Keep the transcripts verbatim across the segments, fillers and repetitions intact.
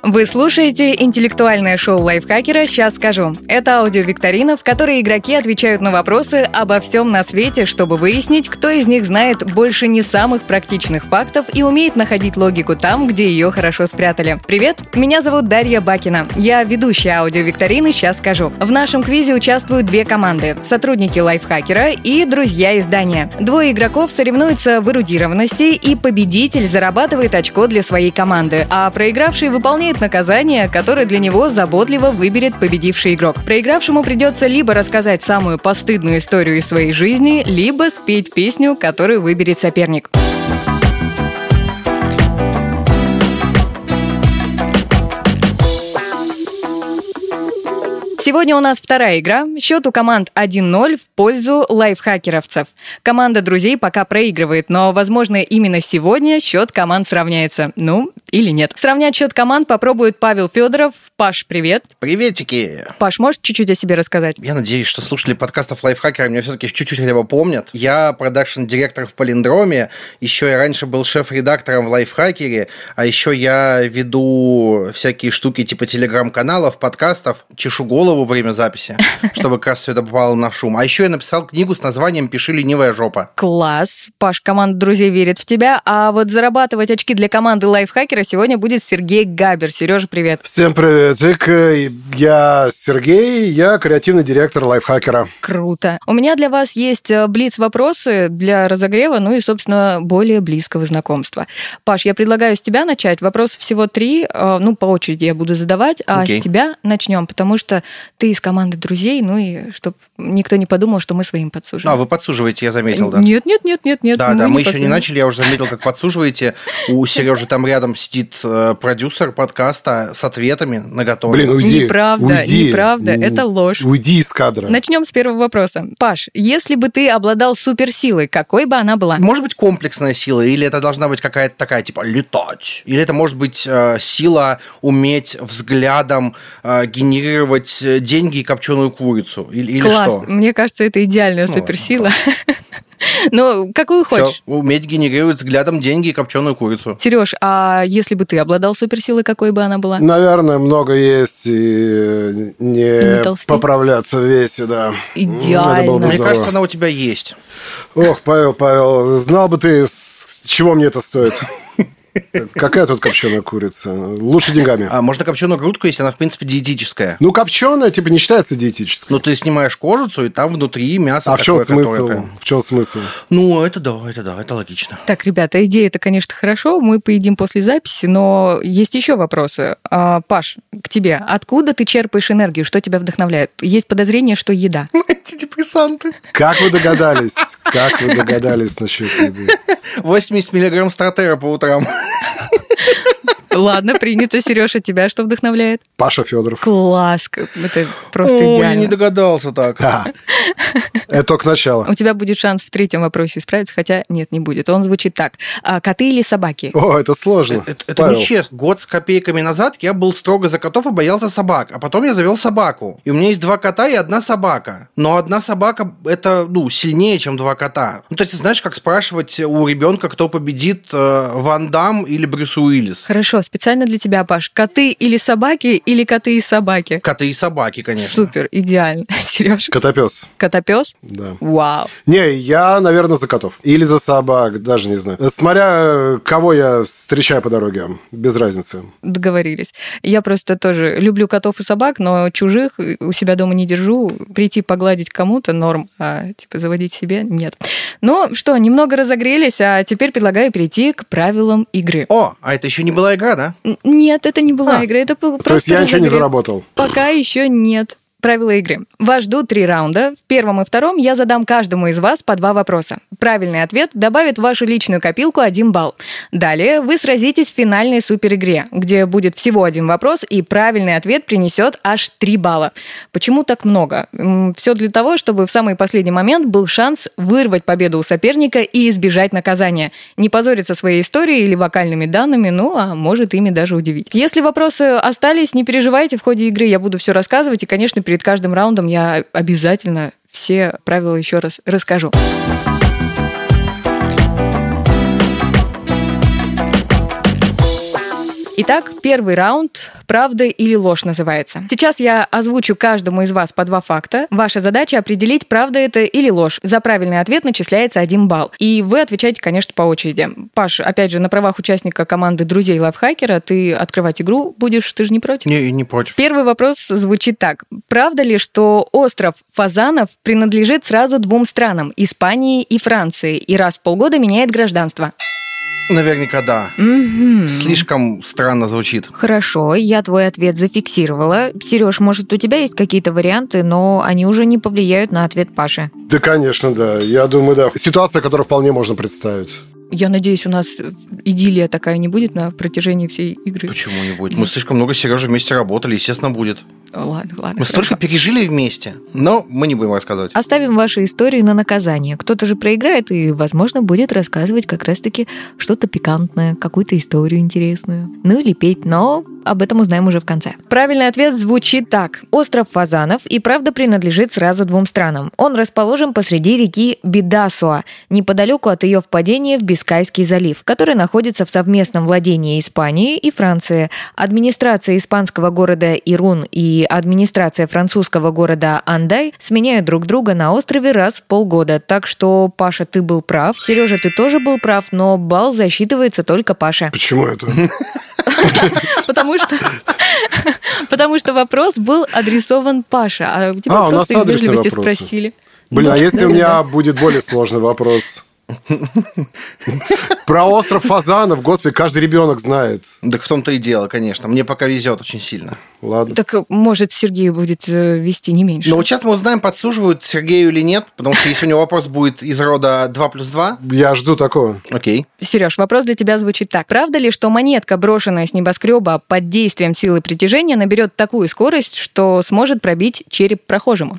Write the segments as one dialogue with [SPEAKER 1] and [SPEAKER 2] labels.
[SPEAKER 1] Вы слушаете интеллектуальное шоу лайфхакера «Сейчас скажу». Это аудиовикторина, в которой игроки отвечают на вопросы обо всем на свете, чтобы выяснить, кто из них знает больше не самых практичных фактов и умеет находить логику там, где ее хорошо спрятали. Привет, меня зовут Дарья Бакина. Я ведущая аудиовикторины «Сейчас скажу». В нашем квизе участвуют две команды – сотрудники лайфхакера и друзья издания. Двое игроков соревнуются в эрудированности, и победитель зарабатывает очко для своей команды, а проигравший выполняет наказание, которое для него заботливо выберет победивший игрок. Проигравшему придется либо рассказать самую постыдную историю из своей жизни, либо спеть песню, которую выберет соперник. Сегодня у нас вторая игра. Счет у команд один ноль в пользу лайфхакеровцев. Команда друзей пока проигрывает, но, возможно, именно сегодня счет команд сравняется. Ну, или нет. Сравнять счет команд попробует Павел Федоров. Паш, привет.
[SPEAKER 2] Приветики.
[SPEAKER 1] Паш, можешь чуть-чуть о себе рассказать?
[SPEAKER 2] Я надеюсь, что слушатели подкастов лайфхакера меня все-таки чуть-чуть хотя бы помнят. Я продакшн-директор в Полиндроме. Еще я раньше был шеф-редактором в лайфхакере. А еще я веду всякие штуки типа телеграм-каналов, подкастов. Чешу голову во время записи, чтобы как раз все это попало на шум. А еще я написал книгу с названием «Пиши, ленивая жопа».
[SPEAKER 1] Класс. Паш, команда друзей верит в тебя. А вот зарабатывать очки для команды лайфхакера сегодня будет Сергей Габер. Сережа, привет.
[SPEAKER 3] Всем приветик. Я Сергей, я креативный директор лайфхакера.
[SPEAKER 1] Круто. У меня для вас есть блиц-вопросы для разогрева, ну и, собственно, более близкого знакомства. Паш, я предлагаю с тебя начать. Вопросов всего три. Ну, по очереди я буду задавать, а okay. с тебя начнем, потому что ты из команды друзей, ну и чтобы никто не подумал, что мы своим подсуживаем.
[SPEAKER 2] А, вы подсуживаете, я заметил, да?
[SPEAKER 1] Нет, нет, нет, нет, нет.
[SPEAKER 2] Да, мы да, мы еще не начали, я уже заметил, как подсуживаете. У Сережи там рядом сидит продюсер подкаста с ответами наготове.
[SPEAKER 3] Блин, уйди.
[SPEAKER 1] Неправда,
[SPEAKER 3] уйди.
[SPEAKER 1] неправда, это ложь.
[SPEAKER 3] Уйди из кадра.
[SPEAKER 1] Начнем с первого вопроса. Паш, если бы ты обладал суперсилой, какой бы она была?
[SPEAKER 2] Может быть, комплексная сила, или это должна быть какая-то такая, типа, летать? Или это может быть э, сила уметь взглядом э, генерировать деньги и копченую курицу? Или, или
[SPEAKER 1] Класс,
[SPEAKER 2] что?
[SPEAKER 1] Мне кажется, это идеальная ну, суперсила. Ну, какую
[SPEAKER 2] Всё,
[SPEAKER 1] хочешь?
[SPEAKER 2] Уметь генерировать взглядом деньги и копченую курицу.
[SPEAKER 1] Сереж, а если бы ты обладал суперсилой, какой бы она была?
[SPEAKER 3] Наверное, много есть и не, и не поправляться в весе, да.
[SPEAKER 1] Идеально.
[SPEAKER 2] Мне кажется, она у тебя есть.
[SPEAKER 3] Ох, Павел, Павел, знал бы ты, с чего мне это стоит. Какая тут копченая курица? Лучше деньгами.
[SPEAKER 2] А можно копченую грудку, если она, в принципе, диетическая?
[SPEAKER 3] Ну, копченая, типа, не считается диетической.
[SPEAKER 2] Ну, ты снимаешь кожицу, и там внутри мясо.
[SPEAKER 3] А
[SPEAKER 2] такое,
[SPEAKER 3] в чем смысл?
[SPEAKER 2] Которое...
[SPEAKER 3] В чем смысл?
[SPEAKER 2] Ну, это да, это да, это логично.
[SPEAKER 1] Так, ребята, идея-то, конечно, хорошо, мы поедим после записи, но есть еще вопросы. А, Паш, к тебе. Откуда ты черпаешь энергию? Что тебя вдохновляет? Есть подозрение, что еда.
[SPEAKER 2] Антидепрессанты.
[SPEAKER 3] Как вы догадались? Как вы догадались насчет еды?
[SPEAKER 2] восемьдесят миллиграмм стратера по утрам.
[SPEAKER 1] Ладно, принято. Сережа, тебя что вдохновляет?
[SPEAKER 3] Паша Федоров.
[SPEAKER 1] Класс, это просто
[SPEAKER 2] Ой,
[SPEAKER 1] идеально.
[SPEAKER 2] я не догадался так.
[SPEAKER 3] Да. Это только начало.
[SPEAKER 1] У тебя будет шанс в третьем вопросе исправиться, хотя нет, не будет. Он звучит так. Коты или собаки?
[SPEAKER 3] О, это сложно.
[SPEAKER 2] Это, это нечестно. Год с копейками назад я был строго за котов и боялся собак. А потом я завел собаку. И у меня есть два кота и одна собака. Но одна собака это, ну, сильнее, чем два кота. Ну, то есть, знаешь, как спрашивать у ребенка, кто победит, Ван Дамм или Брюс Уиллис.
[SPEAKER 1] Хорошо, специально для тебя, Паш. Коты или собаки, или коты и собаки?
[SPEAKER 2] Коты и собаки, конечно.
[SPEAKER 1] Супер, идеально. Сереж?
[SPEAKER 3] Котопес.
[SPEAKER 1] Котопес?
[SPEAKER 3] Да.
[SPEAKER 1] Вау.
[SPEAKER 3] Не, я, наверное, за котов. Или за собак, даже не знаю. Смотря, кого я встречаю по дороге, без разницы.
[SPEAKER 1] Договорились. Я просто тоже люблю котов и собак, но чужих у себя дома не держу. Прийти погладить кому-то норм, а типа заводить себе нет. Ну что, немного разогрелись, а теперь предлагаю перейти к правилам игры.
[SPEAKER 2] О, а это еще не была игра, да?
[SPEAKER 1] Нет, это не была
[SPEAKER 2] а.
[SPEAKER 1] игра, это просто
[SPEAKER 3] То есть я ничего
[SPEAKER 1] разогрев.
[SPEAKER 3] не заработал?
[SPEAKER 1] Пока еще нет. Правила игры. Вас ждут три раунда. В первом и втором я задам каждому из вас по два вопроса. Правильный ответ добавит в вашу личную копилку один балл. Далее вы сразитесь в финальной суперигре, где будет всего один вопрос, и правильный ответ принесет аж три балла. Почему так много? Все для того, чтобы в самый последний момент был шанс вырвать победу у соперника и избежать наказания. Не позориться своей историей или вокальными данными, ну, а может ими даже удивить. Если вопросы остались, не переживайте, в ходе игры я буду все рассказывать, и, конечно, перед каждым раундом я обязательно все правила еще раз расскажу. Итак, первый раунд «Правда или ложь» называется. Сейчас я озвучу каждому из вас по два факта. Ваша задача определить, правда это или ложь. За правильный ответ начисляется один балл. И вы отвечаете, конечно, по очереди. Паш, опять же, на правах участника команды друзей лайфхакера, ты открывать игру будешь, ты же не против?
[SPEAKER 2] Не, не против.
[SPEAKER 1] Первый вопрос звучит так. Правда ли, что остров Фазанов принадлежит сразу двум странам – Испании и Франции, и раз в полгода меняет гражданство?
[SPEAKER 2] Наверняка да.
[SPEAKER 1] Угу.
[SPEAKER 2] Слишком странно звучит.
[SPEAKER 4] Хорошо, я твой ответ зафиксировала. Сереж, может, у тебя есть какие-то варианты, но они уже не повлияют на ответ Паши?
[SPEAKER 3] Да, конечно, да. Я думаю, да. Ситуация, которую вполне можно представить.
[SPEAKER 1] Я надеюсь, у нас идиллия такая не будет на протяжении всей игры.
[SPEAKER 2] Почему не будет? Мы слишком много с Сережей вместе работали, естественно, будет.
[SPEAKER 1] Ладно, ладно.
[SPEAKER 2] Мы
[SPEAKER 1] хорошо.
[SPEAKER 2] столько пережили вместе, но мы не будем рассказывать.
[SPEAKER 4] Оставим ваши истории на наказание. Кто-то же проиграет и, возможно, будет рассказывать как раз-таки что-то пикантное, какую-то историю интересную. Ну или петь, но об этом узнаем уже в конце.
[SPEAKER 1] Правильный ответ звучит так.
[SPEAKER 4] Остров Фазанов и правда принадлежит сразу двум странам. Он расположен посреди реки Бидасуа, неподалеку от ее впадения в Бискайский залив, который находится в совместном владении Испании и Франции. Администрация испанского города Ирун и администрация французского города Андай сменяют друг друга на острове раз в полгода. Так что, Паша, ты был прав. Сережа, ты тоже был прав, но балл засчитывается только Паше.
[SPEAKER 3] Почему это?
[SPEAKER 1] Потому что... Потому что вопрос был адресован Паше, а у тебя
[SPEAKER 3] А, у нас
[SPEAKER 1] просто из
[SPEAKER 3] адресные
[SPEAKER 1] вежливости
[SPEAKER 3] вопросы.
[SPEAKER 1] спросили.
[SPEAKER 3] Блин,
[SPEAKER 1] Да,
[SPEAKER 3] а если
[SPEAKER 1] да,
[SPEAKER 3] у меня
[SPEAKER 1] да.
[SPEAKER 3] будет более сложный вопрос? Про остров Фазанов, господи, каждый ребенок знает.
[SPEAKER 2] Так в том-то и дело, конечно. Мне пока везет очень сильно.
[SPEAKER 3] Ладно.
[SPEAKER 1] Так, может, Сергею будет э, вести не меньше.
[SPEAKER 2] Но вот сейчас мы узнаем, подсуживают Сергею или нет, потому что если у него вопрос будет из рода два плюс два...
[SPEAKER 3] Я жду такого.
[SPEAKER 2] Окей.
[SPEAKER 1] Сереж, вопрос для тебя звучит так. Правда ли, что монетка, брошенная с небоскреба под действием силы притяжения, наберет такую скорость, что сможет пробить череп прохожему?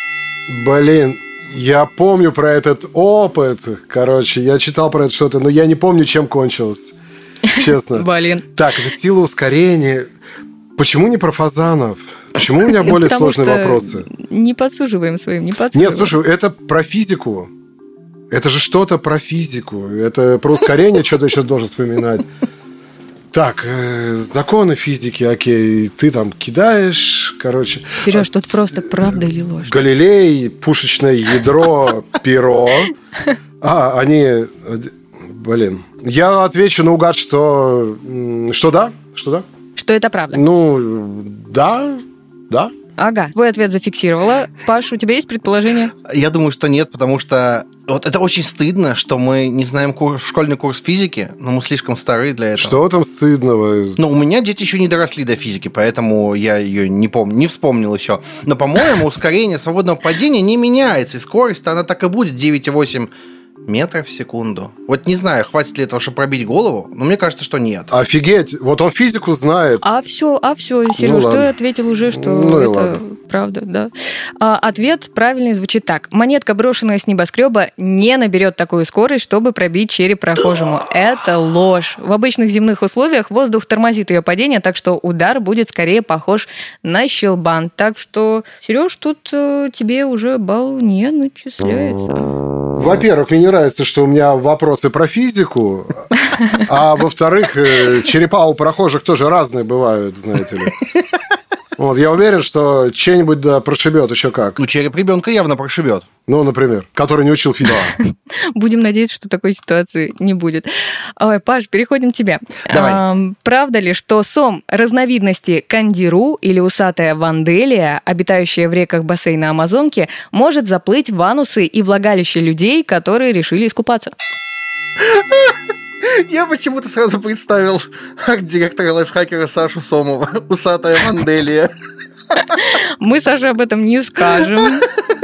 [SPEAKER 3] Блин, я помню про этот опыт. Короче, я читал про это что-то, но я не помню, чем кончилось. Честно.
[SPEAKER 1] Блин.
[SPEAKER 3] Так, это сила ускорения. Почему не про Фазанов? Почему у меня более
[SPEAKER 1] Потому
[SPEAKER 3] сложные
[SPEAKER 1] что
[SPEAKER 3] вопросы?
[SPEAKER 1] Не подсуживаем своим, не подсуживаем.
[SPEAKER 3] Нет, слушай, это про физику. Это же что-то про физику. Это про ускорение, что-то я сейчас должен вспоминать. Так, э, законы физики, окей. Ты там кидаешь, короче.
[SPEAKER 1] Сереж, тут просто правда или ложь?
[SPEAKER 3] Галилей, пушечное ядро, перо. А, они... Блин. Я отвечу наугад, что... Что да? Что да?
[SPEAKER 1] Что это правда?
[SPEAKER 3] Ну, да, да.
[SPEAKER 1] Ага, твой ответ зафиксировала. Паш, у тебя есть предположение?
[SPEAKER 2] Я думаю, что нет, потому что вот это очень стыдно, что мы не знаем курс, школьный курс физики, но мы слишком стары для этого.
[SPEAKER 3] Что там стыдного?
[SPEAKER 2] Ну, у меня дети еще не доросли до физики, поэтому я ее не помню, не вспомнил еще. Но, по-моему, ускорение свободного падения не меняется, и скорость она так и будет девять целых восемь десятых метров в секунду. Вот не знаю, хватит ли этого, чтобы пробить голову, но мне кажется, что нет.
[SPEAKER 3] Офигеть, вот он физику знает.
[SPEAKER 1] А все, а все, Сереж,
[SPEAKER 3] Ну,
[SPEAKER 1] ты
[SPEAKER 3] ладно.
[SPEAKER 1] ответил уже, что
[SPEAKER 3] Ну, и
[SPEAKER 1] это
[SPEAKER 3] ладно.
[SPEAKER 1] правда, да. А, ответ правильный звучит так. Монетка, брошенная с небоскреба, не наберет такую скорость, чтобы пробить череп прохожему. Это ложь. В обычных земных условиях воздух тормозит ее падение, так что удар будет скорее похож на щелбан. Так что, Сереж, тут э, тебе уже балл не начисляется.
[SPEAKER 3] Во-первых, мне не нравится, что у меня вопросы про физику, а во-вторых, э, черепа у прохожих тоже разные бывают, знаете ли. Вот, я уверен, что что-нибудь да прошибет еще как.
[SPEAKER 2] Ну, череп ребенка явно прошибет.
[SPEAKER 3] Ну, например, который не учил физику.
[SPEAKER 1] Будем надеяться, что такой ситуации не будет. Ой, Паш, переходим к тебе.
[SPEAKER 2] Давай.
[SPEAKER 1] А, правда ли, что сом разновидности кандиру или усатая ванделия, обитающая в реках бассейна Амазонки, может заплыть в анусы и влагалище людей, которые решили искупаться?
[SPEAKER 2] Я почему-то сразу представил арт-директора лайфхакера Сашу Сомова, усатая Ванделия.
[SPEAKER 1] Мы, Саша, об этом не скажем.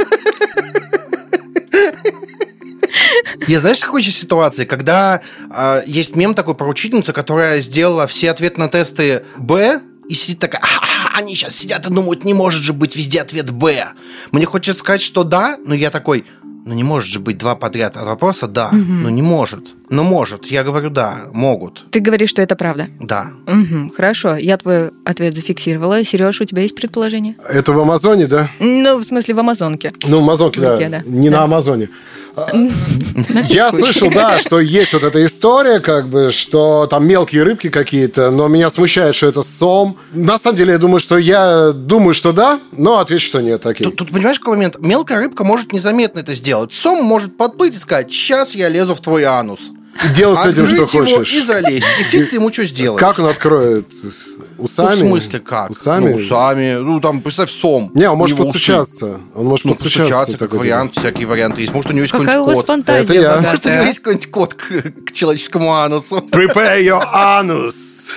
[SPEAKER 2] Я знаешь, какой еще ситуации, когда э, есть мем такой про учительницу, которая сделала все ответы на тесты Б, и сидит такая, а, они сейчас сидят и думают, не может же быть везде ответ Б. Мне хочется сказать, что да, но я такой, ну не может же быть два подряд от вопроса да,
[SPEAKER 1] Угу.
[SPEAKER 2] ну не может. Ну может, я говорю да, могут,
[SPEAKER 1] Ты говоришь, что это правда?
[SPEAKER 2] да.
[SPEAKER 1] Угу, хорошо, я твой ответ зафиксировала. Сереж, у тебя есть предположение?
[SPEAKER 3] Это в Амазоне, да?
[SPEAKER 1] Ну, в смысле, в Амазонке.
[SPEAKER 3] Ну, в Амазонке, да.
[SPEAKER 1] Реке, да.
[SPEAKER 3] Не
[SPEAKER 1] Да.
[SPEAKER 3] на Амазоне. Я слышал, да, что есть вот эта история, как бы, что там мелкие рыбки какие-то, но меня смущает, что это сом. На самом деле, я думаю, что я думаю, что да, но отвечу, что нет. Окей.
[SPEAKER 2] Тут, тут, понимаешь, какой момент? Мелкая рыбка может незаметно это сделать. Сом может подплыть и сказать: сейчас я лезу в твой анус.
[SPEAKER 3] Делай с этим, что
[SPEAKER 2] Открыть его
[SPEAKER 3] хочешь.
[SPEAKER 2] и залезть. И фиг ты ему что сделаешь.
[SPEAKER 3] Как он откроет? Усами?
[SPEAKER 2] Ну, в смысле как?
[SPEAKER 3] Усами?
[SPEAKER 2] Ну, усами. Ну, там, представь, сом.
[SPEAKER 3] Не, он может
[SPEAKER 2] У него
[SPEAKER 3] постучаться.
[SPEAKER 2] усы.
[SPEAKER 3] Он может
[SPEAKER 2] Ну,
[SPEAKER 3] постучаться.
[SPEAKER 2] постучаться, как
[SPEAKER 3] такой,
[SPEAKER 2] вариант, всякие варианты есть. Может, у него есть
[SPEAKER 4] Какая у вас
[SPEAKER 2] какой-нибудь код.
[SPEAKER 3] Это
[SPEAKER 4] фантазия
[SPEAKER 3] я.
[SPEAKER 2] Может, у него
[SPEAKER 4] богатая.
[SPEAKER 2] есть какой-нибудь код к, к человеческому анусу.
[SPEAKER 3] Prepare your anus.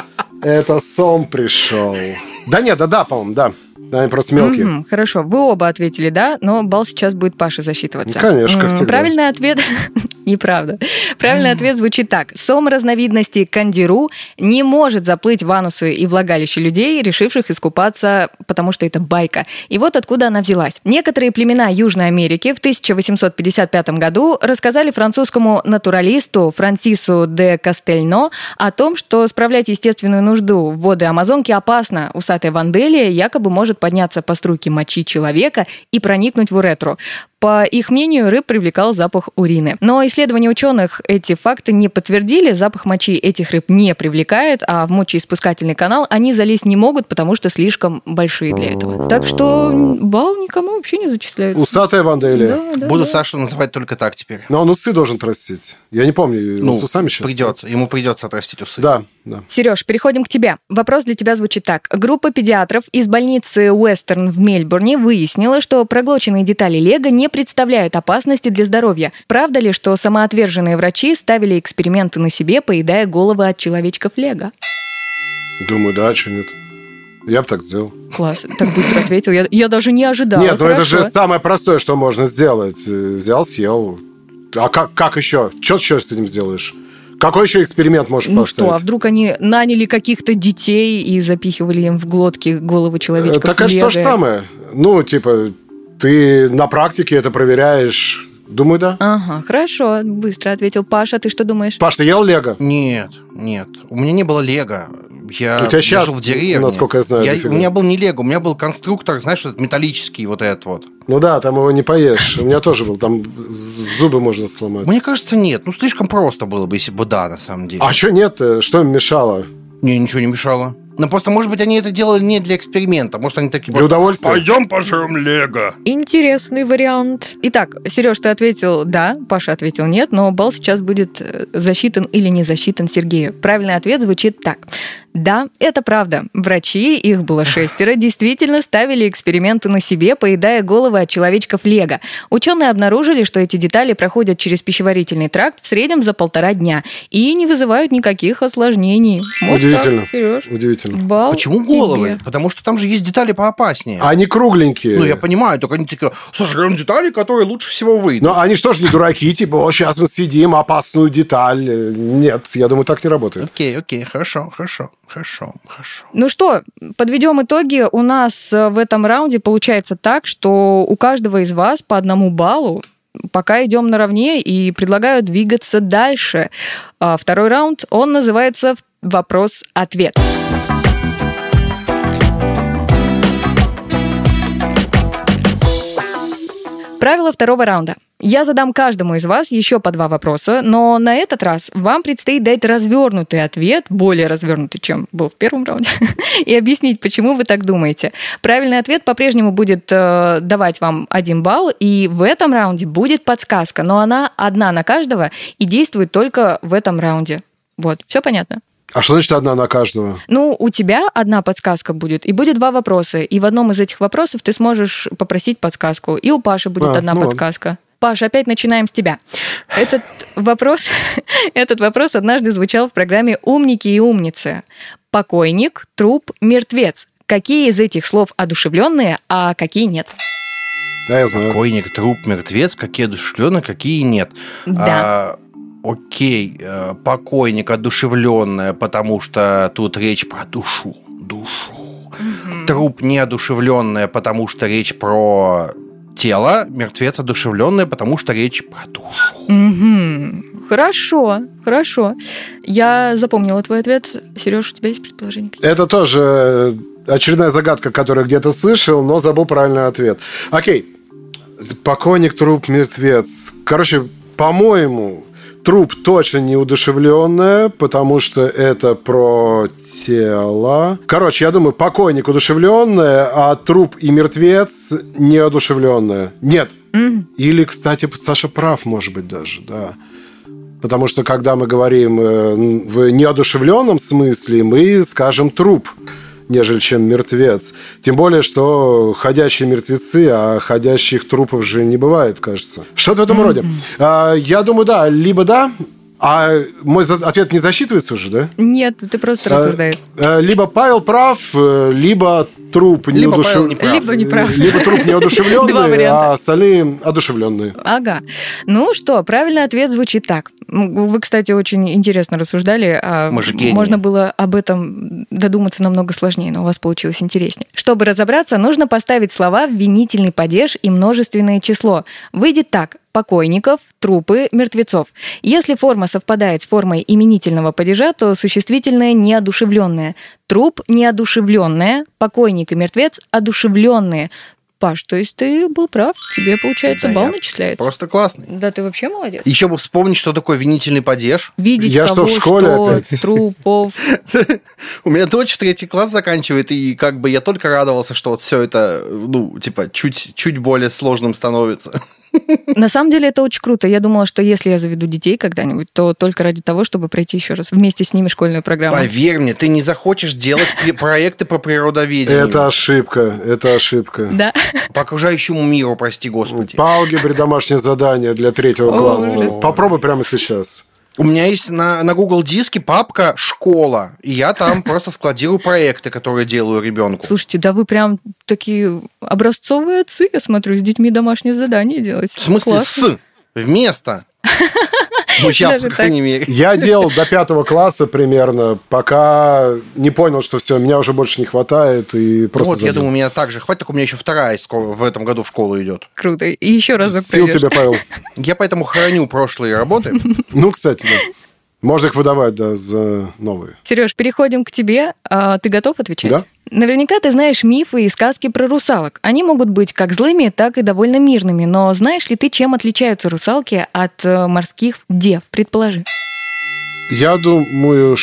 [SPEAKER 3] Это сом пришел. Да нет, да-да, по-моему, да. Да, они просто мелкие.
[SPEAKER 1] Мгм, хорошо, вы оба ответили «да», но балл сейчас будет Паше засчитываться.
[SPEAKER 3] Ну, конечно, как
[SPEAKER 1] М,
[SPEAKER 3] всегда.
[SPEAKER 1] Правильный ответ... Неправда. Правильный ответ звучит так. Сом разновидности кандиру не может заплыть в анусы и влагалище людей, решивших искупаться, потому что это байка. И вот откуда она взялась. Некоторые племена Южной Америки в тысяча восемьсот пятьдесят пятом году рассказали французскому натуралисту Франсису де Кастельно о том, что справлять естественную нужду в воды Амазонки опасно. Усатая ванделия якобы может подняться по струйке мочи человека и проникнуть в уретру. По их мнению, рыб привлекал запах урины. Но исследования ученых эти факты не подтвердили. Запах мочи этих рыб не привлекает, а в мочеиспускательный канал они залезть не могут, потому что слишком большие для этого. Так что балл никому вообще не зачисляется.
[SPEAKER 3] Усатая ванделия.
[SPEAKER 1] Да, да,
[SPEAKER 2] Буду
[SPEAKER 1] да.
[SPEAKER 2] Сашу называть только так теперь.
[SPEAKER 3] Но он усы должен отрастить. Я не помню,
[SPEAKER 2] Ну,
[SPEAKER 3] с усами сейчас.
[SPEAKER 2] придется. Ему придется отрастить усы.
[SPEAKER 3] Да, да.
[SPEAKER 1] Сереж, переходим к тебе. Вопрос для тебя звучит так. Группа педиатров из больницы Уэстерн в Мельбурне выяснила, что проглоченные детали лего не представляют опасности для здоровья. Правда ли, что самоотверженные врачи ставили эксперименты на себе, поедая головы от человечков лего?
[SPEAKER 3] Думаю, да, что нет. Я бы так сделал.
[SPEAKER 1] Класс, так быстро ответил. Я, я даже не ожидала.
[SPEAKER 3] Нет, ну это
[SPEAKER 1] Хорошо.
[SPEAKER 3] же самое простое, что можно сделать. Э, Взял, съел. А как, как еще? Что еще с этим сделаешь? Какой еще эксперимент можешь
[SPEAKER 1] Ну
[SPEAKER 3] поставить?
[SPEAKER 1] что, а вдруг они наняли каких-то детей и запихивали им в глотки головы человечков
[SPEAKER 3] Так это же
[SPEAKER 1] лего?
[SPEAKER 3] то же самое. Ну, типа, ты на практике это проверяешь. Думаю, да.
[SPEAKER 1] Ага, хорошо, быстро ответил Паша. Ты что думаешь?
[SPEAKER 3] Паш, ты ел лего?
[SPEAKER 2] Нет, нет. У меня не было лего. Я,
[SPEAKER 3] У тебя
[SPEAKER 2] я
[SPEAKER 3] щас,
[SPEAKER 2] жил в деревне.
[SPEAKER 3] насколько я знаю,
[SPEAKER 2] Я-
[SPEAKER 3] дофига.
[SPEAKER 2] у меня был не лего, у меня был конструктор, знаешь, этот металлический вот этот вот.
[SPEAKER 3] Ну да, там его не поешь. У меня тоже был. Там зубы можно сломать.
[SPEAKER 2] Мне кажется, нет. Ну, слишком просто было бы, если бы да, на самом деле.
[SPEAKER 3] А что нет? Что им мешало?
[SPEAKER 2] Мне ничего не мешало. Но просто, может быть, они это делали не для эксперимента. Может, они такие...
[SPEAKER 3] Для
[SPEAKER 2] просто,
[SPEAKER 3] удовольствия?
[SPEAKER 2] Пойдем пожрем лего.
[SPEAKER 1] Интересный вариант. Итак, Сереж, ты ответил «да», Паша ответил «нет», но балл сейчас будет э, засчитан или не засчитан Сергею. Правильный ответ звучит так. Да, это правда. Врачи, их было шестеро, действительно ставили эксперименты на себе, поедая головы от человечков лего. Ученые обнаружили, что эти детали проходят через пищеварительный тракт в среднем за полтора дня и не вызывают никаких осложнений. Вот
[SPEAKER 3] Удивительно.
[SPEAKER 1] так, Сереж.
[SPEAKER 3] Удивительно.
[SPEAKER 1] Балл
[SPEAKER 2] Почему
[SPEAKER 1] тебе.
[SPEAKER 2] головы? Потому что там же есть детали поопаснее.
[SPEAKER 3] Они кругленькие.
[SPEAKER 2] Ну, я понимаю, только они такие, сожрем детали, которые лучше всего выйдут.
[SPEAKER 3] Но они что ж не дураки, типа, о, сейчас мы съедим опасную деталь. Нет, я думаю, так не работает.
[SPEAKER 2] Окей, окей, хорошо, хорошо, хорошо, хорошо.
[SPEAKER 1] Ну что, подведем итоги. У нас э, в этом раунде получается так, что у каждого из вас по одному баллу. Пока идем наравне и предлагаю двигаться дальше. А второй раунд, он называется «Вопрос-ответ». Правило второго раунда. Я задам каждому из вас еще по два вопроса, но на этот раз вам предстоит дать развернутый ответ, более развернутый, чем был в первом раунде, и объяснить, почему вы так думаете. Правильный ответ по-прежнему будет э, давать вам один балл, и в этом раунде будет подсказка, но она одна на каждого и действует только в этом раунде. Вот, все понятно?
[SPEAKER 3] А что значит одна на каждого?
[SPEAKER 1] Ну, у тебя одна подсказка будет, и будет два вопроса. И в одном из этих вопросов ты сможешь попросить подсказку. И у Паши будет
[SPEAKER 3] А,
[SPEAKER 1] одна
[SPEAKER 3] ну
[SPEAKER 1] подсказка. Паша, опять начинаем с тебя. Этот вопрос, этот вопрос однажды звучал в программе «Умники и умницы». Покойник, труп, мертвец. Какие из этих слов одушевленные, а какие нет?
[SPEAKER 3] Да, я знаю.
[SPEAKER 2] Покойник, труп, мертвец, какие одушевленные, какие нет.
[SPEAKER 1] Да.
[SPEAKER 2] А, окей, э, покойник одушевленная, потому что тут речь про душу. Душу.
[SPEAKER 1] Мгм.
[SPEAKER 2] Труп неодушевленная, потому что речь про тело. Мертвец одушевленная, потому что речь про душу.
[SPEAKER 1] Мгм. Хорошо, хорошо. Я запомнила твой ответ. Сереж, у тебя есть предположение?
[SPEAKER 3] Это тоже очередная загадка, которую где-то слышал, но забыл правильный ответ. Окей. Покойник, труп, мертвец. Короче, по-моему, труп точно не удушевленное, потому что это про тело. Короче, я думаю, покойник удушевленное, а труп и мертвец неодушевленное. Нет. Mm. Или, кстати, Саша прав, может быть, даже, да. Потому что, когда мы говорим в неодушевленном смысле, мы скажем труп, нежели чем мертвец. Тем более, что ходящие мертвецы, а ходящих трупов же не бывает, кажется. Что-то в этом mm-hmm. роде. А, я думаю, да, либо да. А мой ответ не засчитывается уже, да?
[SPEAKER 4] Нет, ты просто рассуждаешь.
[SPEAKER 3] А, либо Павел прав, либо труп не
[SPEAKER 2] либо
[SPEAKER 3] удушев...
[SPEAKER 2] не прав.
[SPEAKER 4] Либо не прав.
[SPEAKER 3] Либо труп неодушевленный, а остальные одушевленные.
[SPEAKER 4] Ага. Ну что, правильный ответ звучит так. Вы, кстати, очень интересно рассуждали. А
[SPEAKER 2] Мы же гении.
[SPEAKER 4] Можно было об этом додуматься намного сложнее, но у вас получилось интереснее. Чтобы разобраться, нужно поставить слова в винительный падеж и множественное число. Выйдет так. Покойников, трупы, мертвецов. Если форма совпадает с формой именительного падежа, то существительное неодушевленное. Труп неодушевленное, покойник и мертвец одушевленные. Паш, то есть ты был прав, тебе, получается, да, балл начисляется.
[SPEAKER 2] Просто классный.
[SPEAKER 4] Да, ты вообще молодец.
[SPEAKER 2] Еще бы вспомнить, что такое винительный падеж.
[SPEAKER 4] Видеть
[SPEAKER 3] я
[SPEAKER 4] кого,
[SPEAKER 3] что, в школе
[SPEAKER 4] что,
[SPEAKER 3] опять?
[SPEAKER 4] трупов.
[SPEAKER 2] У меня дочь третий класс заканчивает, и как бы я только радовался, что вот все это, ну, типа, чуть, чуть более сложным становится.
[SPEAKER 4] На самом деле это очень круто. Я думала, что если я заведу детей когда-нибудь, то только ради того, чтобы пройти еще раз вместе с ними школьную программу.
[SPEAKER 2] Поверь мне, ты не захочешь делать проекты по природоведению.
[SPEAKER 3] Это ошибка, это ошибка.
[SPEAKER 4] Да.
[SPEAKER 2] По окружающему миру, прости господи.
[SPEAKER 3] По алгебре домашнее задание для третьего класса. Попробуй прямо сейчас.
[SPEAKER 2] У меня есть на, на Google диске папка «Школа», и я там просто складирую проекты, которые делаю ребенку.
[SPEAKER 4] Слушайте, да вы прям такие образцовые отцы, я смотрю, с детьми домашнее задание делать.
[SPEAKER 2] В смысле
[SPEAKER 4] Классно.
[SPEAKER 2] «с»? Вместо? Ну, я, по крайней мере.
[SPEAKER 3] Я делал до пятого класса примерно, пока не понял, что все, меня уже больше не хватает, и просто
[SPEAKER 2] Вот,
[SPEAKER 3] забил.
[SPEAKER 2] я думаю, меня так же хватит, только у меня еще вторая скоро в этом году в школу идет.
[SPEAKER 4] Круто. И еще разок
[SPEAKER 3] Сил
[SPEAKER 4] придешь.
[SPEAKER 3] тебе, Павел.
[SPEAKER 2] Я поэтому храню прошлые работы.
[SPEAKER 3] Ну, кстати, да. Можно их выдавать, да, за новые.
[SPEAKER 4] Сереж, переходим к тебе. А, ты готов отвечать?
[SPEAKER 3] Да.
[SPEAKER 4] Наверняка ты знаешь мифы и сказки про русалок. Они могут быть как злыми, так и довольно мирными. Но знаешь ли ты, чем отличаются русалки от э, морских дев? Предположи.
[SPEAKER 3] Я думаю,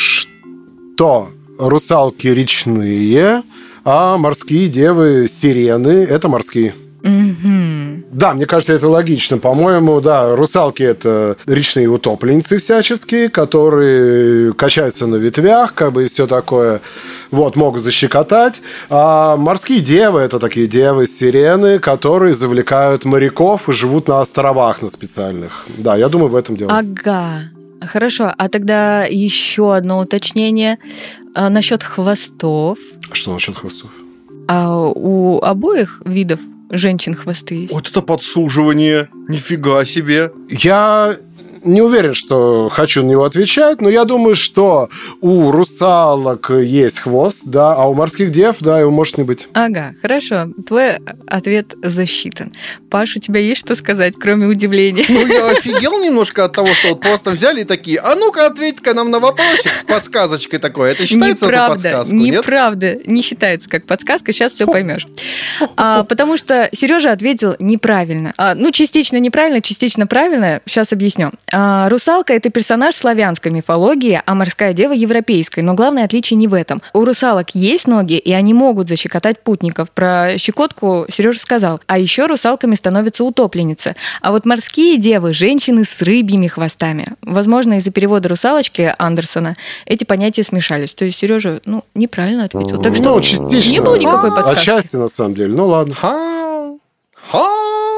[SPEAKER 3] что русалки речные, а морские девы сирены – это морские.
[SPEAKER 4] Угу.
[SPEAKER 3] Да, мне кажется, это логично. По-моему, да, русалки – это речные утопленницы всяческие, которые качаются на ветвях, как бы и все такое. Вот, могут защекотать. А морские девы – это такие девы-сирены, которые завлекают моряков и живут на островах на специальных. Да, я думаю, в этом дело.
[SPEAKER 4] Ага. Хорошо. А тогда еще одно уточнение а, насчет хвостов.
[SPEAKER 3] Что насчет хвостов?
[SPEAKER 4] А у обоих видов женщин хвосты есть?
[SPEAKER 2] Вот это подсуживание. Нифига себе.
[SPEAKER 3] Я не уверен, что хочу на него отвечать, но я думаю, что у русалок есть хвост, да, а у морских дев, да, его может не быть.
[SPEAKER 4] Ага, хорошо. Твой ответ засчитан. Паш, у тебя есть что сказать, кроме удивления?
[SPEAKER 2] Ну, я офигел немножко от того, что вот просто взяли и такие, а ну-ка, ответь-ка нам на вопросик с подсказочкой такой. Это считается за подсказку, нет?
[SPEAKER 4] Неправда, не считается как подсказка, сейчас все поймешь. А, потому что Сережа ответил неправильно. А, ну, частично неправильно, частично правильно. Сейчас объясню. А, русалка – это персонаж славянской мифологии, а морская дева – европейской. Но главное отличие не в этом. У русалок есть ноги, и они могут защекотать путников. Про щекотку Сережа сказал. А еще русалками становятся утопленницы. А вот морские девы – женщины с рыбьими хвостами. Возможно, из-за перевода «Русалочки» Андерсона эти понятия смешались. То есть Сережа, ну, неправильно ответил. Так что
[SPEAKER 3] ну, частично.
[SPEAKER 4] не было никакой подсказки.
[SPEAKER 3] Отчасти, на самом деле. Ну, ладно.
[SPEAKER 2] Ха, ха.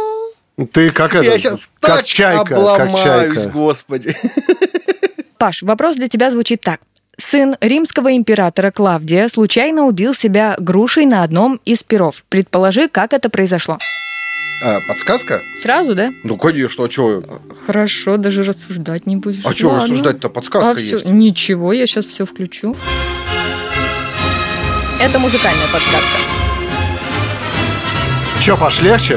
[SPEAKER 3] Ты как это?
[SPEAKER 2] Я сейчас
[SPEAKER 3] как
[SPEAKER 2] так
[SPEAKER 3] чайка,
[SPEAKER 2] обломаюсь,
[SPEAKER 3] как чайка.
[SPEAKER 2] господи.
[SPEAKER 4] Паш, вопрос для тебя звучит так. Сын римского императора Клавдия случайно убил себя грушей на одном из перов. Предположи, как это произошло.
[SPEAKER 2] А, подсказка?
[SPEAKER 4] Сразу, да?
[SPEAKER 2] Ну, конечно, а что?
[SPEAKER 4] Хорошо, даже рассуждать не будешь.
[SPEAKER 2] А что
[SPEAKER 4] Ладно.
[SPEAKER 2] рассуждать-то? Подсказка
[SPEAKER 4] А всё,
[SPEAKER 2] есть.
[SPEAKER 4] Ничего, я сейчас все включу. Это музыкальная подсказка.
[SPEAKER 3] Че, Паш, легче?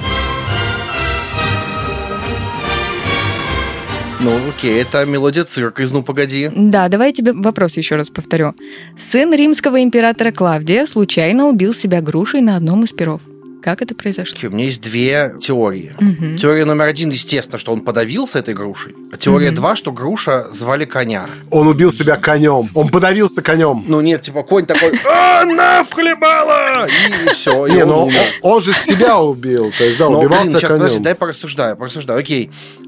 [SPEAKER 2] Ну, окей, это мелодия цирка из «Ну, погоди».
[SPEAKER 4] Да, давай я тебе вопрос еще раз повторю. Сын римского императора Клавдия случайно убил себя грушей на одном из перов.
[SPEAKER 1] Как это произошло?
[SPEAKER 2] У меня есть две теории.
[SPEAKER 1] Угу.
[SPEAKER 2] Теория номер один, естественно, что он подавился этой грушей. А теория угу. два, что груша звали коня.
[SPEAKER 3] Он убил себя конем. Он подавился конем.
[SPEAKER 2] Ну нет, типа конь такой: «А, на, вхлебала!» И все.
[SPEAKER 3] Не, ну он же себя убил. То есть, да, убивался конем.
[SPEAKER 2] Подожди, дай порассуждаю, порассуждаю. Окей.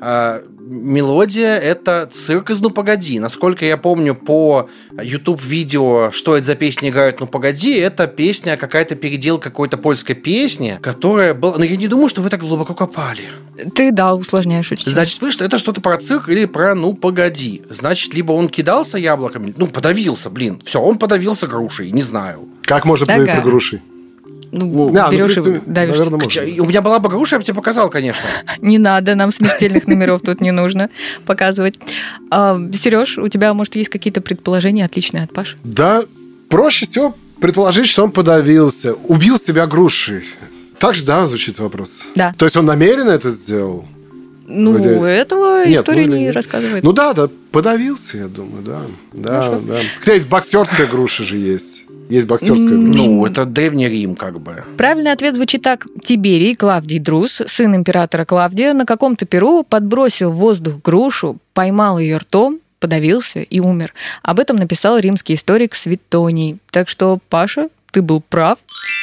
[SPEAKER 2] Мелодия — это цирк из «Ну, погоди». Насколько я помню по YouTube-видео, что это за песни играют «Ну, погоди», это песня, какая-то переделка какой-то польской песни, которая была... Но я не думаю, что вы так глубоко копали.
[SPEAKER 1] Ты, да, усложняешь очень.
[SPEAKER 2] Значит, вы, что это что-то про цирк или про «Ну, погоди». Значит, либо он кидался яблоками, ну, подавился, блин. Все, он подавился грушей, не знаю.
[SPEAKER 3] Как можно подавиться грушей?
[SPEAKER 1] Ну, да, берешь ну, и давишь.
[SPEAKER 2] Наверное, у меня была бы груша, я бы тебе показал, конечно.
[SPEAKER 1] Не надо, нам смертельных номеров тут не нужно показывать. А, Сереж, у тебя, может, есть какие-то предположения, отличные от Паши?
[SPEAKER 3] Да, проще всего предположить, что он подавился, убил себя грушей. Так же, да, звучит вопрос?
[SPEAKER 1] Да.
[SPEAKER 3] То есть он намеренно это сделал?
[SPEAKER 1] Ну, Вроде... этого Нет, история ну, не нет. рассказывает.
[SPEAKER 3] Ну да, да, подавился, я думаю, да. Да, Хорошо. да. Кстати, боксерская груша же есть. Есть боксерская груша.
[SPEAKER 2] Ну, это Древний Рим, как бы.
[SPEAKER 1] Правильный ответ звучит так. Тиберий Клавдий Друз, сын императора Клавдия, на каком-то перу подбросил в воздух грушу, поймал ее ртом, подавился и умер. Об этом написал римский историк Светоний. Так что, Паша, ты был прав.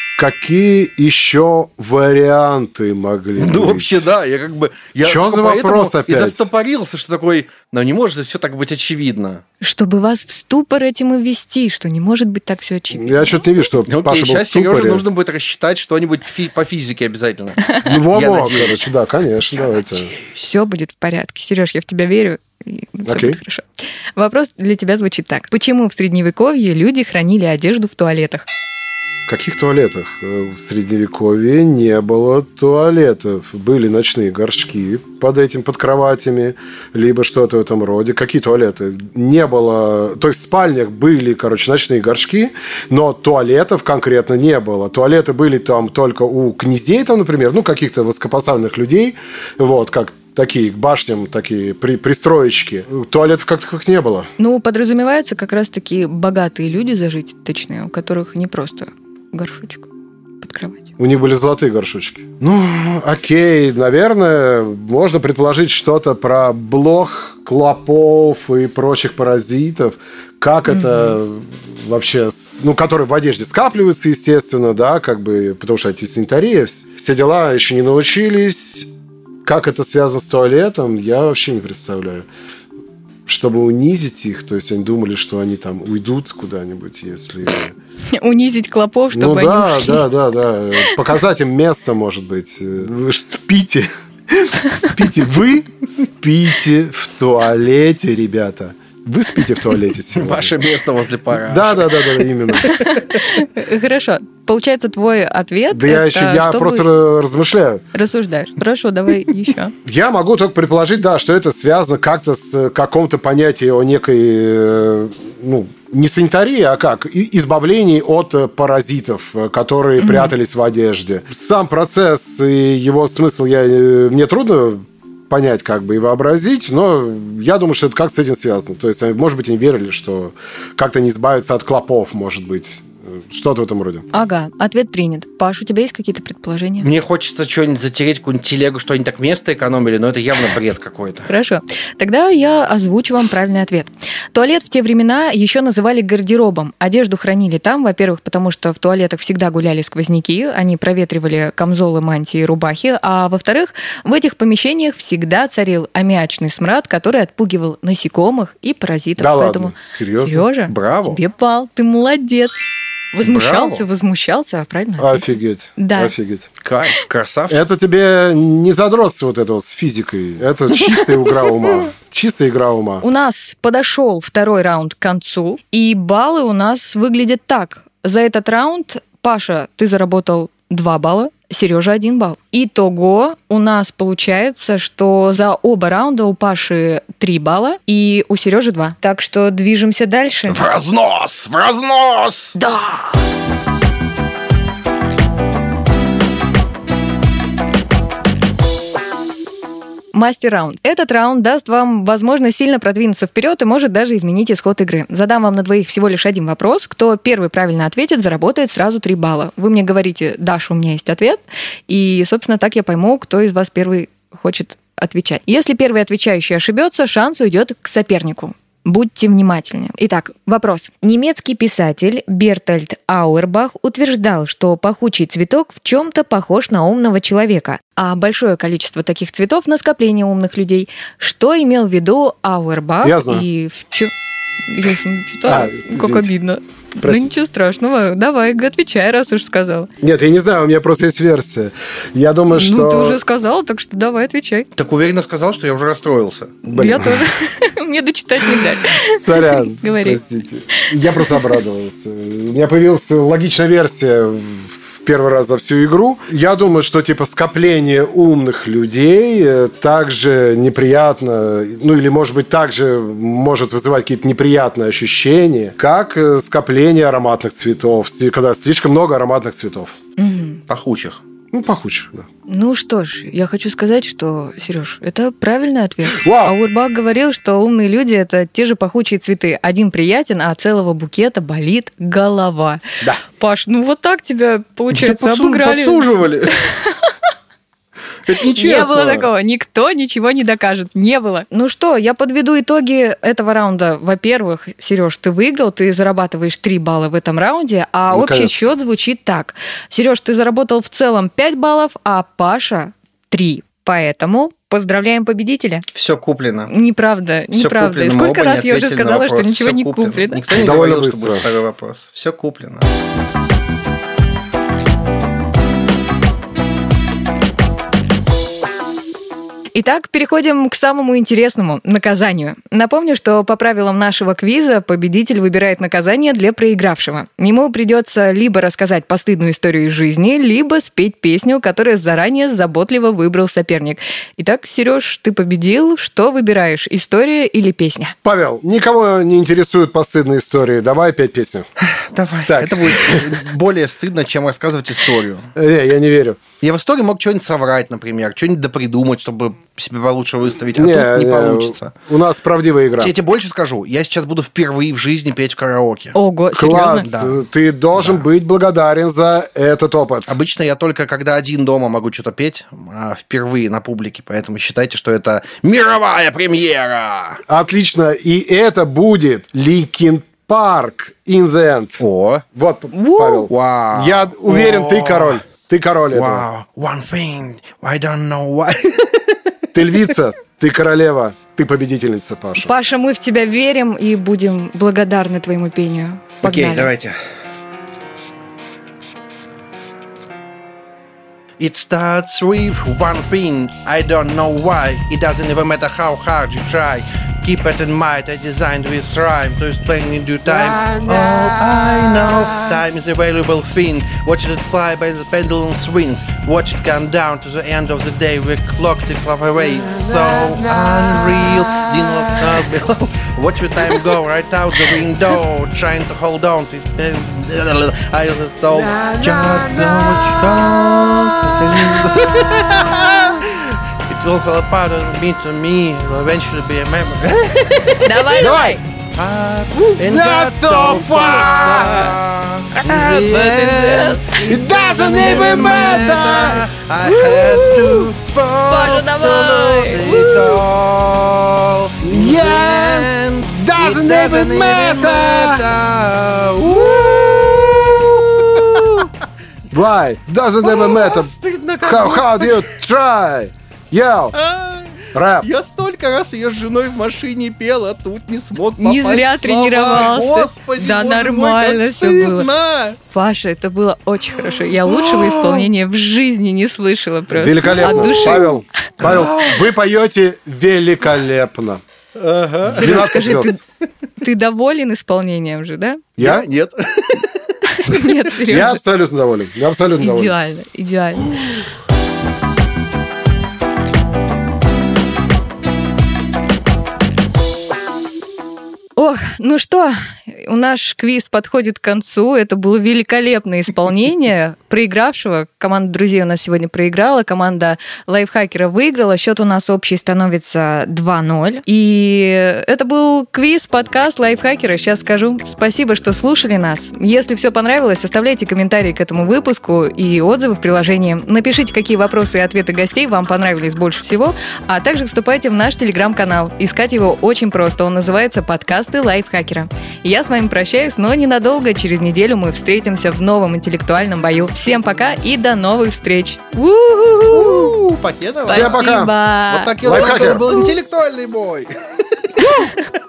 [SPEAKER 3] Какие еще варианты могли
[SPEAKER 2] ну,
[SPEAKER 3] быть?
[SPEAKER 2] Ну, вообще, да, я как бы... Я
[SPEAKER 3] Что за вопрос опять?
[SPEAKER 2] И застопорился, что такой... Ну, не может все так быть очевидно.
[SPEAKER 1] Чтобы вас в ступор этим и ввести, что не может быть так все очевидно.
[SPEAKER 3] Я что-то не вижу, что
[SPEAKER 2] Окей,
[SPEAKER 3] Паша был
[SPEAKER 2] сейчас
[SPEAKER 3] в ступоре.
[SPEAKER 2] Сереже нужно будет рассчитать что-нибудь фи- по физике обязательно.
[SPEAKER 3] Ну, во-во, короче, да, конечно, давайте.
[SPEAKER 1] Все будет в порядке. Сереж, я в тебя верю. И все
[SPEAKER 3] Окей.
[SPEAKER 1] будет хорошо. Вопрос для тебя звучит так. Почему в Средневековье люди хранили одежду в туалетах?
[SPEAKER 3] В каких туалетах? В Средневековье не было туалетов. Были ночные горшки под этим, под кроватями, либо что-то в этом роде. Какие туалеты? Не было... То есть в спальнях были, короче, ночные горшки, но туалетов конкретно не было. Туалеты были там только у князей, там, например, ну, каких-то высокопоставленных людей, вот, как такие к башням, такие при, пристроечки. Туалетов как таковых не было.
[SPEAKER 1] Ну, подразумеваются как раз-таки богатые люди зажиточные, у которых не просто горшочек под кроватью.
[SPEAKER 3] У них были золотые горшочки. Ну, окей, наверное, можно предположить что-то про блох, клопов и прочих паразитов. Как mm-hmm. это вообще... Ну, которые в одежде скапливаются, естественно, да, как бы, потому что антисанитария, все дела еще не научились. Как это связано с туалетом, я вообще не представляю. Чтобы унизить их, то есть они думали, что они там уйдут куда-нибудь, если...
[SPEAKER 1] Унизить клопов, чтобы
[SPEAKER 3] ну,
[SPEAKER 1] они
[SPEAKER 3] да,
[SPEAKER 1] ушли.
[SPEAKER 3] да, да, да. Показать им место, может быть. Вы спите. Спите. Вы спите в туалете, ребята. Вы спите в туалете сегодня.
[SPEAKER 2] Ваше место возле параши.
[SPEAKER 3] Да, да, да, да, именно.
[SPEAKER 1] Хорошо. Получается, твой ответ...
[SPEAKER 3] Да я еще, я
[SPEAKER 1] чтобы...
[SPEAKER 3] просто размышляю.
[SPEAKER 1] Рассуждаешь. Хорошо, давай еще.
[SPEAKER 3] Я могу только предположить, да, что это связано как-то с каком-то понятием о некой, ну, не санитарии, а как? Избавлении от паразитов, которые mm-hmm. прятались в одежде. Сам процесс и его смысл я, мне трудно понять, как бы, и вообразить, но я думаю, что это как-то с этим связано. То есть, может быть, они верили, что как-то не избавиться от клопов, может быть. Что-то в этом роде.
[SPEAKER 1] Ага, ответ принят. Паш, у тебя есть какие-то предположения?
[SPEAKER 2] Мне хочется что-нибудь затереть, какую-нибудь телегу, что они так место экономили, но это явно бред какой-то.
[SPEAKER 1] Хорошо. Тогда я озвучу вам правильный ответ. Туалет в те времена еще называли гардеробом. Одежду хранили там, во-первых, потому что в туалетах всегда гуляли сквозняки, они проветривали камзолы, мантии, рубахи, а во-вторых, в этих помещениях всегда царил аммиачный смрад, который отпугивал насекомых и паразитов.
[SPEAKER 3] Да
[SPEAKER 1] Поэтому...
[SPEAKER 3] ладно? Серьезно?
[SPEAKER 1] Сережа,
[SPEAKER 2] браво.
[SPEAKER 1] Тебе пал, ты молодец. Возмущался,
[SPEAKER 2] Браво.
[SPEAKER 1] возмущался, правильно?
[SPEAKER 3] Офигеть.
[SPEAKER 1] Да.
[SPEAKER 3] Офигеть.
[SPEAKER 2] Кайф, красавчик.
[SPEAKER 3] Это тебе не задротство вот это вот с физикой. Это чистая игра ума. Чистая игра ума.
[SPEAKER 1] У нас подошел второй раунд к концу, и баллы у нас выглядят так. За этот раунд, Паша, ты заработал два балла, Сережа один балл. Итого у нас получается, что за оба раунда у Паши три балла и у Сережи два. Так что движемся дальше.
[SPEAKER 2] В разнос! В разнос!
[SPEAKER 1] Да! Мастер-раунд. Этот раунд даст вам возможность сильно продвинуться вперед и может даже изменить исход игры. Задам вам на двоих всего лишь один вопрос. Кто первый правильно ответит, заработает сразу три балла. Вы мне говорите: Даша, у меня есть ответ. И, собственно, так я пойму, кто из вас первый хочет отвечать. Если первый отвечающий ошибется, шанс уйдет к сопернику. Будьте внимательны. Итак, вопрос.
[SPEAKER 4] Немецкий писатель Бертольд Ауэрбах утверждал, что пахучий цветок в чем-то похож на умного человека.
[SPEAKER 1] А большое количество таких цветов на скопление умных людей. Что имел в виду Ауэрбах?
[SPEAKER 3] Я знаю.
[SPEAKER 1] И в чё... Я еще не читала.
[SPEAKER 3] А,
[SPEAKER 1] как
[SPEAKER 3] извините.
[SPEAKER 1] обидно.
[SPEAKER 3] Простите.
[SPEAKER 1] Ну ничего страшного. Давай, отвечай, раз уж сказал.
[SPEAKER 3] Нет, я не знаю, у меня просто есть версия. Я думаю, что...
[SPEAKER 1] Ну, ты уже сказал, так что давай, отвечай.
[SPEAKER 2] Так уверенно сказал, что я уже расстроился.
[SPEAKER 3] Блин.
[SPEAKER 1] Я тоже. Мне дочитать не дали.
[SPEAKER 3] Сорян,
[SPEAKER 1] Говори.
[SPEAKER 3] простите. Я просто обрадовался. У меня появилась логичная версия в первый раз за всю игру. Я думаю, что типа скопление умных людей э, также неприятно, ну или может быть также может вызывать какие-то неприятные ощущения, как э, скопление ароматных цветов, с- когда слишком много ароматных цветов.
[SPEAKER 2] Пахучих.
[SPEAKER 3] Ну, пахучих, да.
[SPEAKER 1] Ну что ж, я хочу сказать, что, Сереж, это правильный ответ.
[SPEAKER 3] Вау!
[SPEAKER 1] Ауэрбах говорил, что умные люди – это те же пахучие цветы. Один приятен, а от целого букета болит голова.
[SPEAKER 3] Да.
[SPEAKER 1] Паш, ну вот так тебя, получается,
[SPEAKER 2] Подсу-
[SPEAKER 1] обыграли.
[SPEAKER 2] Подсуживали. Это нечестно.
[SPEAKER 1] Не было такого. Никто ничего не докажет. Не было. Ну что, я подведу итоги этого раунда. Во-первых, Сереж, ты выиграл, ты зарабатываешь три балла в этом раунде, а
[SPEAKER 3] Наконец-то.
[SPEAKER 1] общий счет звучит так. Сереж, ты заработал в целом пять баллов, а Паша три. Поэтому поздравляем победителя.
[SPEAKER 2] Все куплено.
[SPEAKER 1] Неправда,
[SPEAKER 2] Всё
[SPEAKER 1] неправда. И
[SPEAKER 2] куплено. Мы
[SPEAKER 1] сколько
[SPEAKER 2] оба не
[SPEAKER 1] раз я уже
[SPEAKER 2] ответили на
[SPEAKER 1] сказала, что
[SPEAKER 2] вопрос.
[SPEAKER 1] ничего
[SPEAKER 2] Всё
[SPEAKER 1] не
[SPEAKER 2] куплено.
[SPEAKER 1] куплено.
[SPEAKER 2] Никто не
[SPEAKER 3] Довольно
[SPEAKER 2] говорил, что
[SPEAKER 3] быстро.
[SPEAKER 2] будет второй вопрос. Все куплено.
[SPEAKER 1] Итак, переходим к самому интересному – наказанию. Напомню, что по правилам нашего квиза победитель выбирает наказание для проигравшего. Ему придется либо рассказать постыдную историю из жизни, либо спеть песню, которую заранее заботливо выбрал соперник. Итак, Сереж, ты победил. Что выбираешь – история или песня?
[SPEAKER 3] Павел, никого не интересуют постыдные истории. Давай опять песню.
[SPEAKER 2] Давай.
[SPEAKER 3] Так.
[SPEAKER 2] Это будет более стыдно, чем рассказывать историю.
[SPEAKER 3] Э, я не верю.
[SPEAKER 2] Я в истории мог что-нибудь соврать, например, что-нибудь допридумать, чтобы себе получше выставить, а
[SPEAKER 3] Не,
[SPEAKER 2] тут не
[SPEAKER 3] не,
[SPEAKER 2] получится.
[SPEAKER 3] У нас правдивая игра.
[SPEAKER 2] Я тебе больше скажу, я сейчас буду впервые в жизни петь в караоке.
[SPEAKER 1] Ого,
[SPEAKER 3] Класс,
[SPEAKER 1] серьезно?
[SPEAKER 2] Да.
[SPEAKER 3] ты должен быть благодарен за этот опыт.
[SPEAKER 2] Обычно я только когда один дома могу что-то петь, а впервые на публике, поэтому считайте, что это мировая премьера.
[SPEAKER 3] Отлично, и это будет Linkin Park in the End.
[SPEAKER 2] О,
[SPEAKER 3] Вот, Павел.
[SPEAKER 2] вау.
[SPEAKER 3] Я уверен, ты
[SPEAKER 2] О.
[SPEAKER 3] король. Ты король этого.
[SPEAKER 2] Вау, one thing, I don't know why.
[SPEAKER 3] Ты львица, ты королева, ты победительница, Паша.
[SPEAKER 1] Паша, мы в тебя верим и будем благодарны твоему пению. Погнали.
[SPEAKER 2] Окей, давайте. It starts with one thing, I don't know why. It doesn't even matter how hard you try. Keep it in mind, I designed this rhyme to explain in due time. Oh, I know, time is a valuable thing. Watch it fly by the pendulum swings. Watch it come down to the end of the day. The clock ticks off away. It's so unreal. Didn't look out below. Watch the time go right out the window. Trying to hold on to it. I was told, just don't. It all fell apart on me to me. It'll eventually be a memory.
[SPEAKER 1] Давай, давай.
[SPEAKER 2] And got so far.
[SPEAKER 3] It doesn't even matter.
[SPEAKER 2] I had to fall
[SPEAKER 1] Паша,
[SPEAKER 2] to
[SPEAKER 1] давай.
[SPEAKER 2] lose it all.
[SPEAKER 3] Yeah.
[SPEAKER 2] And
[SPEAKER 3] Doesn't
[SPEAKER 2] it
[SPEAKER 3] even matter. Why? Doesn't even matter.
[SPEAKER 2] Стыдно, как
[SPEAKER 3] How hard you try. Yo.
[SPEAKER 2] А,
[SPEAKER 3] Рэп.
[SPEAKER 2] Я столько раз ее с женой в машине пел, а тут не смог попасть
[SPEAKER 1] Не зря
[SPEAKER 2] в слова.
[SPEAKER 1] тренировался.
[SPEAKER 2] Господи,
[SPEAKER 1] Да,
[SPEAKER 2] боже мой,
[SPEAKER 1] нормально
[SPEAKER 2] как
[SPEAKER 1] всё было.
[SPEAKER 2] стыдно.
[SPEAKER 1] Паша, это было очень хорошо. Я лучшего исполнения в жизни не слышала просто.
[SPEAKER 3] Великолепно.
[SPEAKER 1] От души.
[SPEAKER 3] Павел, Павел, вы поете великолепно.
[SPEAKER 2] Ага.
[SPEAKER 3] двенадцать
[SPEAKER 1] Скажи, ты,
[SPEAKER 3] звезд.
[SPEAKER 1] ты доволен исполнением же, да?
[SPEAKER 3] Я?
[SPEAKER 2] Нет.
[SPEAKER 1] Нет,
[SPEAKER 3] Я
[SPEAKER 1] Сережа.
[SPEAKER 3] абсолютно доволен. Я абсолютно доволен.
[SPEAKER 1] Идеально, идеально. Ох, ну что, наш квиз подходит к концу. Это было великолепное исполнение проигравшего. Команда друзей у нас сегодня проиграла, команда лайфхакера выиграла. Счет у нас общий становится два ноль. И это был квиз, подкаст лайфхакера. Сейчас скажу. Спасибо, что слушали нас. Если все понравилось, оставляйте комментарии к этому выпуску и отзывы в приложении. Напишите, какие вопросы и ответы гостей вам понравились больше всего, а также вступайте в наш телеграм-канал. Искать его очень просто. Он называется «Подкасты лайфхакера». Я с вами прощаюсь, но ненадолго. Через неделю мы встретимся в новом интеллектуальном бою. Всем пока и до новых встреч.
[SPEAKER 2] У-у-у, покедова.
[SPEAKER 3] Всем пока.
[SPEAKER 2] Вот так и был интеллектуальный бой.